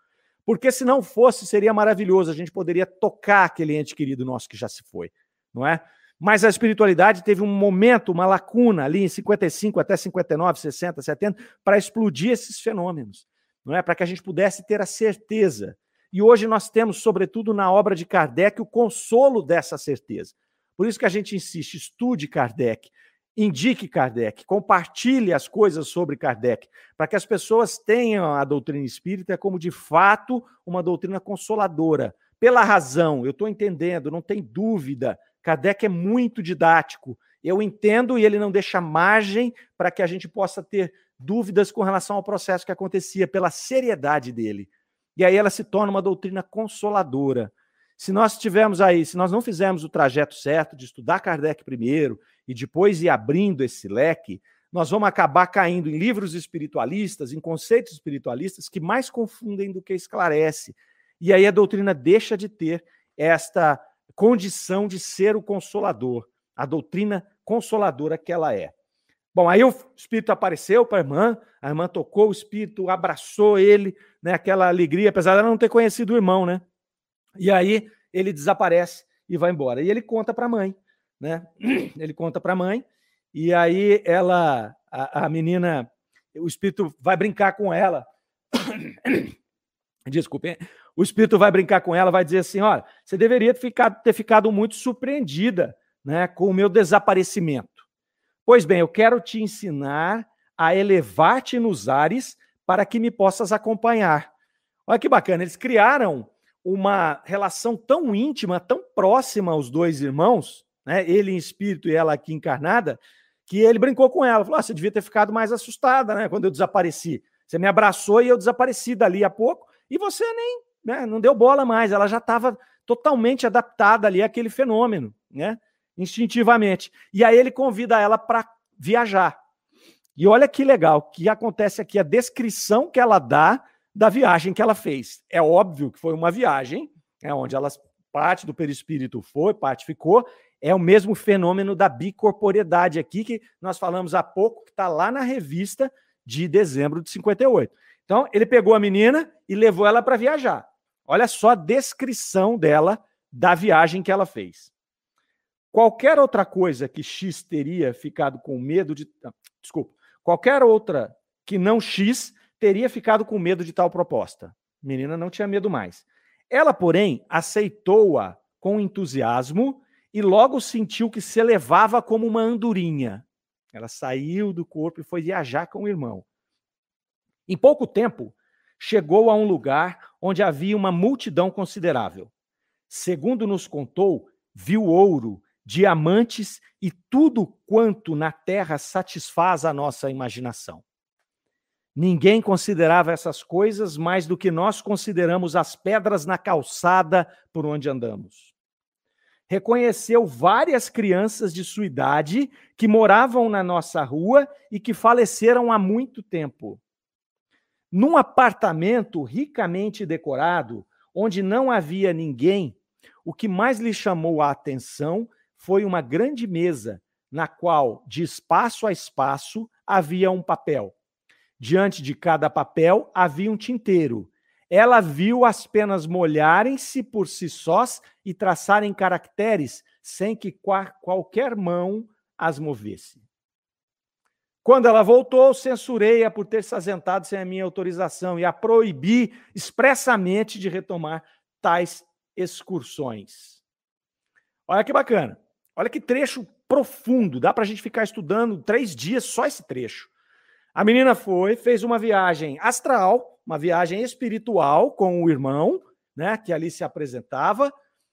Porque se não fosse, seria maravilhoso, a gente poderia tocar aquele ente querido nosso que já se foi, não é? Mas a espiritualidade teve um momento, uma lacuna ali em cinquenta e cinco até cinquenta e nove, sessenta, setenta, para explodir esses fenômenos, não é? Para que a gente pudesse ter a certeza. E hoje nós temos, sobretudo na obra de Kardec, o consolo dessa certeza. Por isso que a gente insiste, estude Kardec, indique Kardec, compartilhe as coisas sobre Kardec, para que as pessoas tenham a doutrina espírita como, de fato, uma doutrina consoladora. Pela razão, eu estou entendendo, não tem dúvida, Kardec é muito didático, eu entendo e ele não deixa margem para que a gente possa ter dúvidas com relação ao processo que acontecia, pela seriedade dele. E aí ela se torna uma doutrina consoladora. Se nós tivermos aí, se nós não fizermos o trajeto certo de estudar Kardec primeiro e depois ir abrindo esse leque, nós vamos acabar caindo em livros espiritualistas, em conceitos espiritualistas que mais confundem do que esclarece. E aí a doutrina deixa de ter esta condição de ser o consolador, a doutrina consoladora que ela é. Bom, aí o espírito apareceu para a irmã, a irmã tocou o espírito, abraçou ele, né, aquela alegria, apesar de ela não ter conhecido o irmão, né? E aí ele desaparece e vai embora. E ele conta para a mãe, né? Ele conta para a mãe, e aí ela, a, a menina, o espírito vai brincar com ela. Desculpem. O espírito vai brincar com ela, vai dizer assim: olha, você deveria ter ficado, ter ficado muito surpreendida, né, com o meu desaparecimento. Pois bem, eu quero te ensinar a elevar-te nos ares para que me possas acompanhar. Olha que bacana, eles criaram uma relação tão íntima, tão próxima aos dois irmãos, né, ele em espírito e ela aqui encarnada, que ele brincou com ela, falou: ah, você devia ter ficado mais assustada, né, quando eu desapareci. Você me abraçou e eu desapareci dali a pouco, e você nem, né, não deu bola mais, ela já estava totalmente adaptada ali àquele fenômeno, né, instintivamente. E aí ele convida ela para viajar. E olha que legal, que acontece aqui, a descrição que ela dá da viagem que ela fez. É óbvio que foi uma viagem, é, onde ela, parte do perispírito foi, parte ficou, é o mesmo fenômeno da bicorporeidade aqui, que nós falamos há pouco, que está lá na revista de dezembro de cinquenta e oito. Então, ele pegou a menina e levou ela para viajar. Olha só a descrição dela da viagem que ela fez. Qualquer outra coisa que X teria ficado com medo de... Desculpa. Qualquer outra que não X teria ficado com medo de tal proposta. A menina não tinha medo mais. Ela, porém, aceitou-a com entusiasmo e logo sentiu que se elevava como uma andorinha. Ela saiu do corpo e foi viajar com o irmão. Em pouco tempo, chegou a um lugar onde havia uma multidão considerável. Segundo nos contou, viu ouro, diamantes e tudo quanto na terra satisfaz a nossa imaginação. Ninguém considerava essas coisas mais do que nós consideramos as pedras na calçada por onde andamos. Reconheceu várias crianças de sua idade que moravam na nossa rua e que faleceram há muito tempo. Num apartamento ricamente decorado, onde não havia ninguém, o que mais lhe chamou a atenção foi uma grande mesa, na qual, de espaço a espaço, havia um papel. Diante de cada papel havia um tinteiro. Ela viu as penas molharem-se por si sós e traçarem caracteres sem que qualquer mão as movesse. Quando ela voltou, censurei-a por ter se ausentado sem a minha autorização e a proibi expressamente de retomar tais excursões. Olha que bacana. Olha que trecho profundo. Dá para a gente ficar estudando três dias só esse trecho. A menina foi, fez uma viagem astral, uma viagem espiritual com o irmão, né, que ali se apresentava,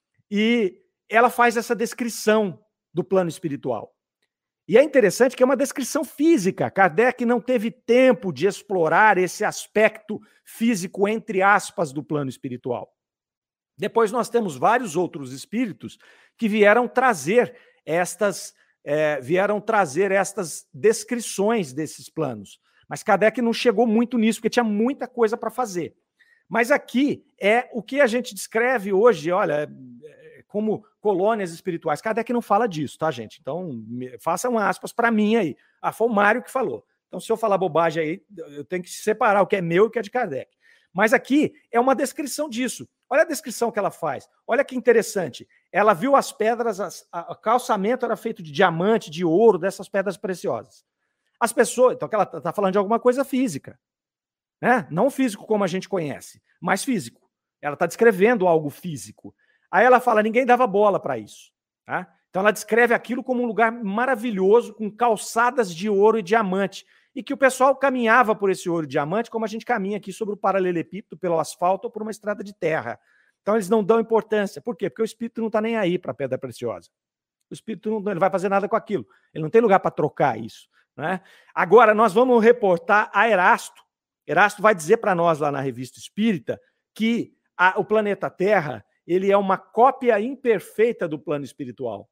e ela faz essa descrição do plano espiritual. E é interessante que é uma descrição física. Kardec não teve tempo de explorar esse aspecto físico, entre aspas, do plano espiritual. Depois nós temos vários outros espíritos que vieram trazer estas, é, vieram trazer estas descrições desses planos. Mas Kardec não chegou muito nisso, porque tinha muita coisa para fazer. Mas aqui é o que a gente descreve hoje, olha, como colônias espirituais. Kardec não fala disso, tá, gente? Então, façam aspas para mim aí. Ah, foi o Mário que falou. Então, se eu falar bobagem aí, eu tenho que separar o que é meu e o que é de Kardec. Mas aqui é uma descrição disso. Olha a descrição que ela faz. Olha que interessante. Ela viu as pedras, as, a, o calçamento era feito de diamante, de ouro, dessas pedras preciosas. As pessoas, então ela está falando de alguma coisa física, né? Não físico como a gente conhece, mas físico. Ela está descrevendo algo físico. Aí ela fala, ninguém dava bola para isso. Tá? Então ela descreve aquilo como um lugar maravilhoso, com calçadas de ouro e diamante, e que o pessoal caminhava por esse ouro e diamante como a gente caminha aqui sobre o paralelepípedo, pelo asfalto ou por uma estrada de terra. Então eles não dão importância. Por quê? Porque o espírito não está nem aí para a pedra preciosa. O espírito não ele vai fazer nada com aquilo. Ele não tem lugar para trocar isso. Né? Agora, nós vamos reportar a Erasto. Erasto vai dizer para nós lá na Revista Espírita que a, o planeta Terra ele é uma cópia imperfeita do plano espiritual.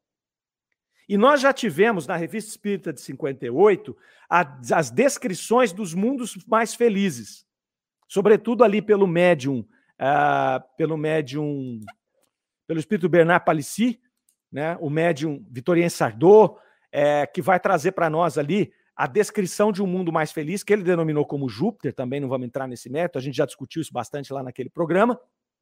E nós já tivemos na Revista Espírita de cinquenta e oito a, as descrições dos mundos mais felizes, sobretudo ali pelo médium, uh, pelo médium, pelo espírito Bernard Palissy, né, o médium Vitorien Sardot, é, que vai trazer para nós ali a descrição de um mundo mais feliz, que ele denominou como Júpiter, também não vamos entrar nesse mérito, a gente já discutiu isso bastante lá naquele programa,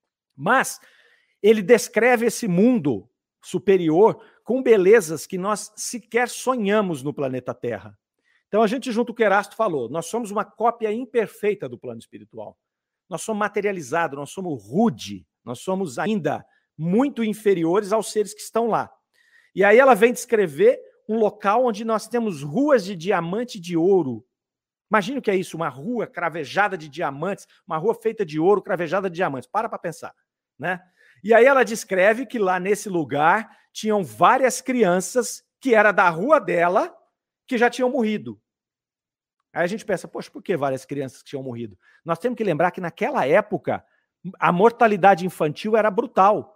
mas ele descreve esse mundo superior com belezas que nós sequer sonhamos no planeta Terra. Então a gente, junto com o que Erasto falou, nós somos uma cópia imperfeita do plano espiritual. Nós somos materializados, nós somos rude, nós somos ainda muito inferiores aos seres que estão lá. E aí ela vem descrever um local onde nós temos ruas de diamante e de ouro. Imagina o que é isso, uma rua cravejada de diamantes, uma rua feita de ouro, cravejada de diamantes. Para para pensar, né? E aí ela descreve que lá nesse lugar tinham várias crianças que era da rua dela que já tinham morrido. Aí a gente pensa, poxa, por que várias crianças que tinham morrido? Nós temos que lembrar que naquela época a mortalidade infantil era brutal.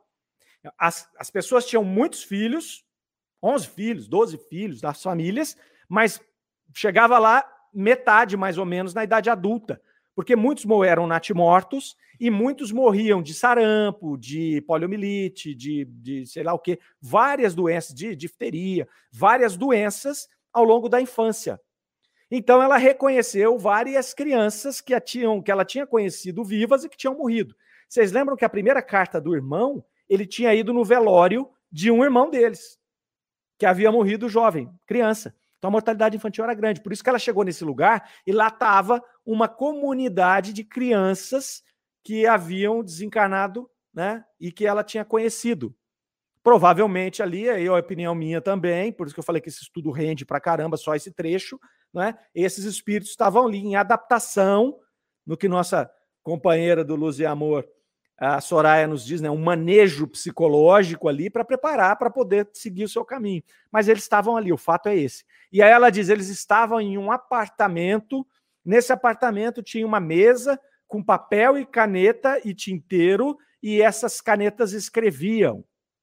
As, as pessoas tinham muitos filhos, onze filhos, doze filhos das famílias, mas chegava lá metade, mais ou menos, na idade adulta, porque muitos eram natimortos e muitos morriam de sarampo, de poliomielite, de, de sei lá o quê, várias doenças, de difteria, várias doenças ao longo da infância. Então ela reconheceu várias crianças que, a tinham, que ela tinha conhecido vivas e que tinham morrido. Vocês lembram que a primeira carta do irmão, ele tinha ido no velório de um irmão deles, que havia morrido jovem, criança. Então a mortalidade infantil era grande. Por isso que ela chegou nesse lugar e lá estava uma comunidade de crianças que haviam desencarnado, né, e que ela tinha conhecido. Provavelmente ali, aí é a opinião minha também, por isso que eu falei que esse estudo rende pra caramba, só esse trecho, né, esses espíritos estavam ali em adaptação, no que nossa companheira do Luz e Amor, a Soraya, nos diz, né, um manejo psicológico ali para preparar para poder seguir o seu caminho. Mas eles estavam ali, o fato é esse. E aí ela diz, eles estavam em um apartamento, nesse apartamento tinha uma mesa com papel e caneta e tinteiro, e essas canetas escreviam.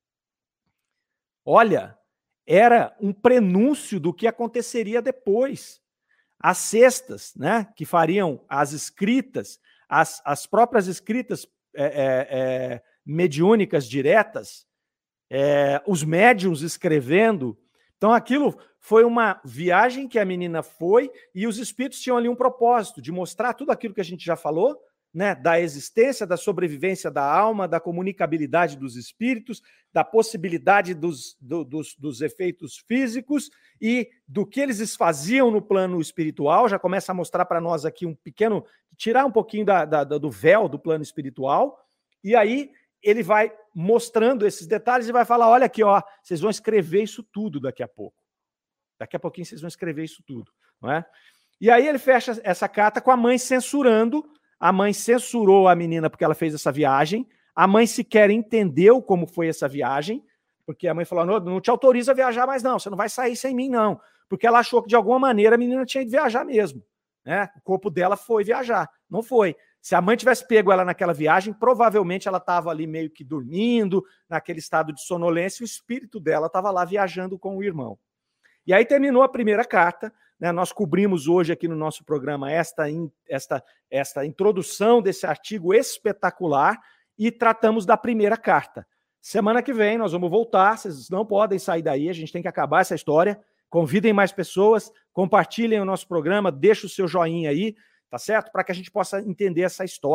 Olha, era um prenúncio do que aconteceria depois. As cestas, né, que fariam as escritas, as, as próprias escritas É, é, é, mediúnicas diretas, é, os médiuns escrevendo. Então aquilo foi uma viagem que a menina foi e os espíritos tinham ali um propósito de mostrar tudo aquilo que a gente já falou, né, da existência, da sobrevivência da alma, da comunicabilidade dos espíritos, da possibilidade dos, do, dos, dos efeitos físicos e do que eles faziam no plano espiritual. Já começa a mostrar para nós aqui um pequeno, tirar um pouquinho da, da, do véu do plano espiritual, e aí ele vai mostrando esses detalhes e vai falar, olha aqui, ó, vocês vão escrever isso tudo daqui a pouco. Daqui a pouquinho vocês vão escrever isso tudo, não é? E aí ele fecha essa carta com a mãe censurando. A mãe censurou a menina porque ela fez essa viagem. A mãe sequer entendeu como foi essa viagem, porque a mãe falou, não, não te autoriza a viajar mais não, você não vai sair sem mim não. Porque ela achou que de alguma maneira a menina tinha ido viajar mesmo. Né? O corpo dela foi viajar. Não foi. Se a mãe tivesse pego ela naquela viagem, provavelmente ela estava ali meio que dormindo, naquele estado de sonolência, e o espírito dela estava lá viajando com o irmão. E aí terminou a primeira carta, né? Nós cobrimos hoje aqui no nosso programa esta, esta, esta introdução desse artigo espetacular e tratamos da primeira carta. Semana que vem nós vamos voltar, vocês não podem sair daí, a gente tem que acabar essa história. Convidem mais pessoas, compartilhem o nosso programa, deixem o seu joinha aí, tá certo? Para que a gente possa entender essa história.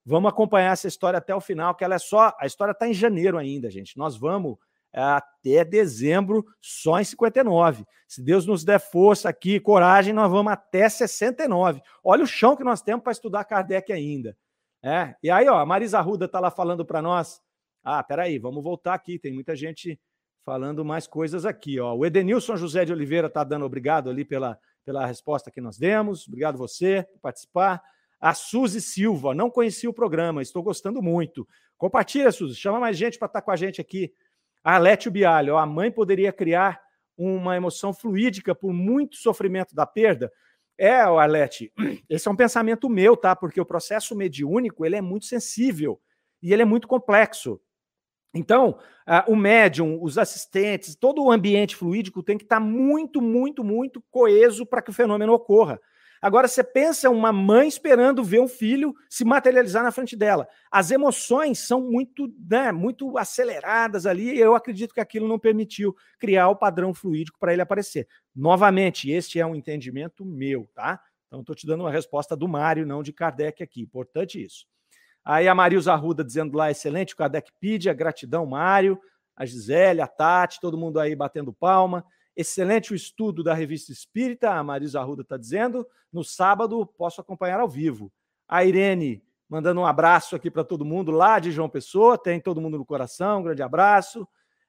Vamos acompanhar essa história até o final, que ela é só... A história está em janeiro ainda, gente. Nós vamos é, até dezembro só em cinquenta e nove. Se Deus nos der força aqui, coragem, nós vamos até sessenta e nove. Olha o chão que nós temos para estudar Kardec ainda. É. E aí, ó, a Marisa Arruda está lá falando para nós. Ah, peraí, vamos voltar aqui. Tem muita gente falando mais coisas aqui. Ó. O Edenilson José de Oliveira está dando obrigado ali pela, pela resposta que nós demos. Obrigado você por participar. A Suzy Silva, não conheci o programa, estou gostando muito. Compartilha, Suzy, chama mais gente para estar com a gente aqui. A Alétio Bialho, ó, a mãe poderia criar uma emoção fluídica por muito sofrimento da perda. É, Arlete, esse é um pensamento meu, tá? Porque o processo mediúnico, ele é muito sensível e ele é muito complexo. Então, uh, o médium, os assistentes, todo o ambiente fluídico tem que estar muito, muito, muito coeso para que o fenômeno ocorra. Agora, você pensa uma mãe esperando ver um filho se materializar na frente dela. As emoções são muito, né, muito aceleradas ali, e eu acredito que aquilo não permitiu criar o padrão fluídico para ele aparecer. Novamente, este é um entendimento meu, tá? Então, estou te dando uma resposta do Mário, não de Kardec aqui. Importante isso. Aí a Marilza Arruda dizendo lá, excelente, o Kardecpedia, gratidão, Mário. A Gisele, a Tati, todo mundo aí batendo palma. Excelente o estudo da Revista Espírita, a Marisa Arruda está dizendo. No sábado, posso acompanhar ao vivo. A Irene, mandando um abraço aqui para todo mundo, lá de João Pessoa, tem todo mundo no coração, um grande abraço.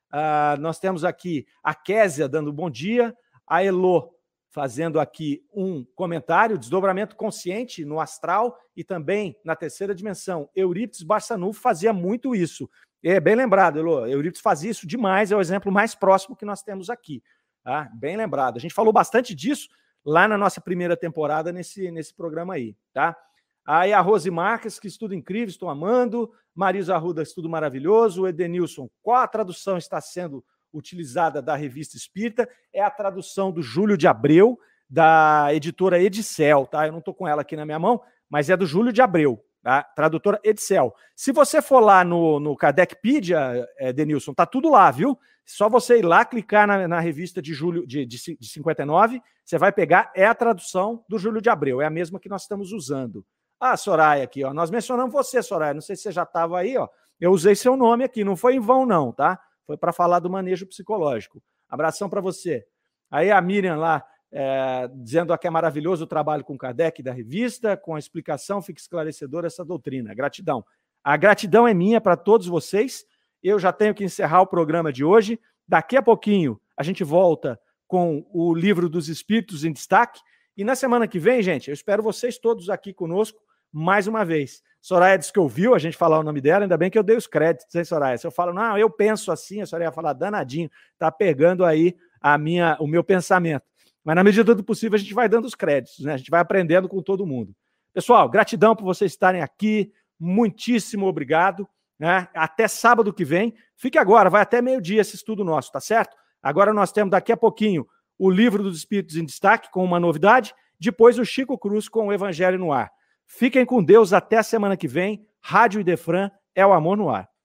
Uh, nós temos aqui a Késia dando bom dia, a Elô fazendo aqui um comentário, desdobramento consciente no astral e também na terceira dimensão. Eurípides Barçanufo fazia muito isso. É bem lembrado, Elô, Eurípides fazia isso demais, é o exemplo mais próximo que nós temos aqui. Ah, bem lembrado. A gente falou bastante disso lá na nossa primeira temporada nesse, nesse programa aí, tá? Aí a Rose Marques, que estudo incrível, estou amando. Marisa Arruda, estudo maravilhoso. O Edenilson, qual a tradução está sendo utilizada da Revista Espírita? É a tradução do Júlio de Abreu, da editora Edicel, tá? Eu não estou com ela aqui na minha mão, mas é do Júlio de Abreu, tá? Tradutora Edicel. Se você for lá no, no Kardecpedia, é, Denilson, tá tudo lá, viu? Só você ir lá, clicar na, na revista de julho de, de, de cinquenta e nove, você vai pegar, é a tradução do Júlio de Abreu, é a mesma que nós estamos usando. Ah, Soraya aqui, ó, nós mencionamos você, Soraya, não sei se você já estava aí, ó, eu usei seu nome aqui, não foi em vão não, tá? Foi para falar do manejo psicológico. Abração para você. Aí a Miriam lá, é, dizendo que é maravilhoso o trabalho com o Kardec da revista, com a explicação, fica esclarecedora essa doutrina. Gratidão. A gratidão é minha para todos vocês. Eu já tenho que encerrar o programa de hoje. Daqui a pouquinho a gente volta com o Livro dos Espíritos em Destaque. E na semana que vem, gente, eu espero vocês todos aqui conosco mais uma vez. Soraya disse que ouviu a gente falar o nome dela, ainda bem que eu dei os créditos, hein, Soraya? Se eu falo, não, eu penso assim, a Soraya ia falar, danadinho, tá pegando aí a minha, o meu pensamento. Mas na medida do possível a gente vai dando os créditos, né? A gente vai aprendendo com todo mundo. Pessoal, gratidão por vocês estarem aqui, muitíssimo obrigado. Né? Até sábado que vem. Fique agora, vai até meio-dia esse estudo nosso, tá certo? Agora nós temos daqui a pouquinho o Livro dos Espíritos em Destaque, com uma novidade, depois o Chico Cruz com o Evangelho no Ar. Fiquem com Deus até a semana que vem. Rádio Idefran é o amor no ar.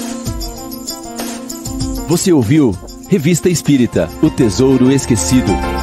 Você ouviu Revista Espírita, O Tesouro Esquecido.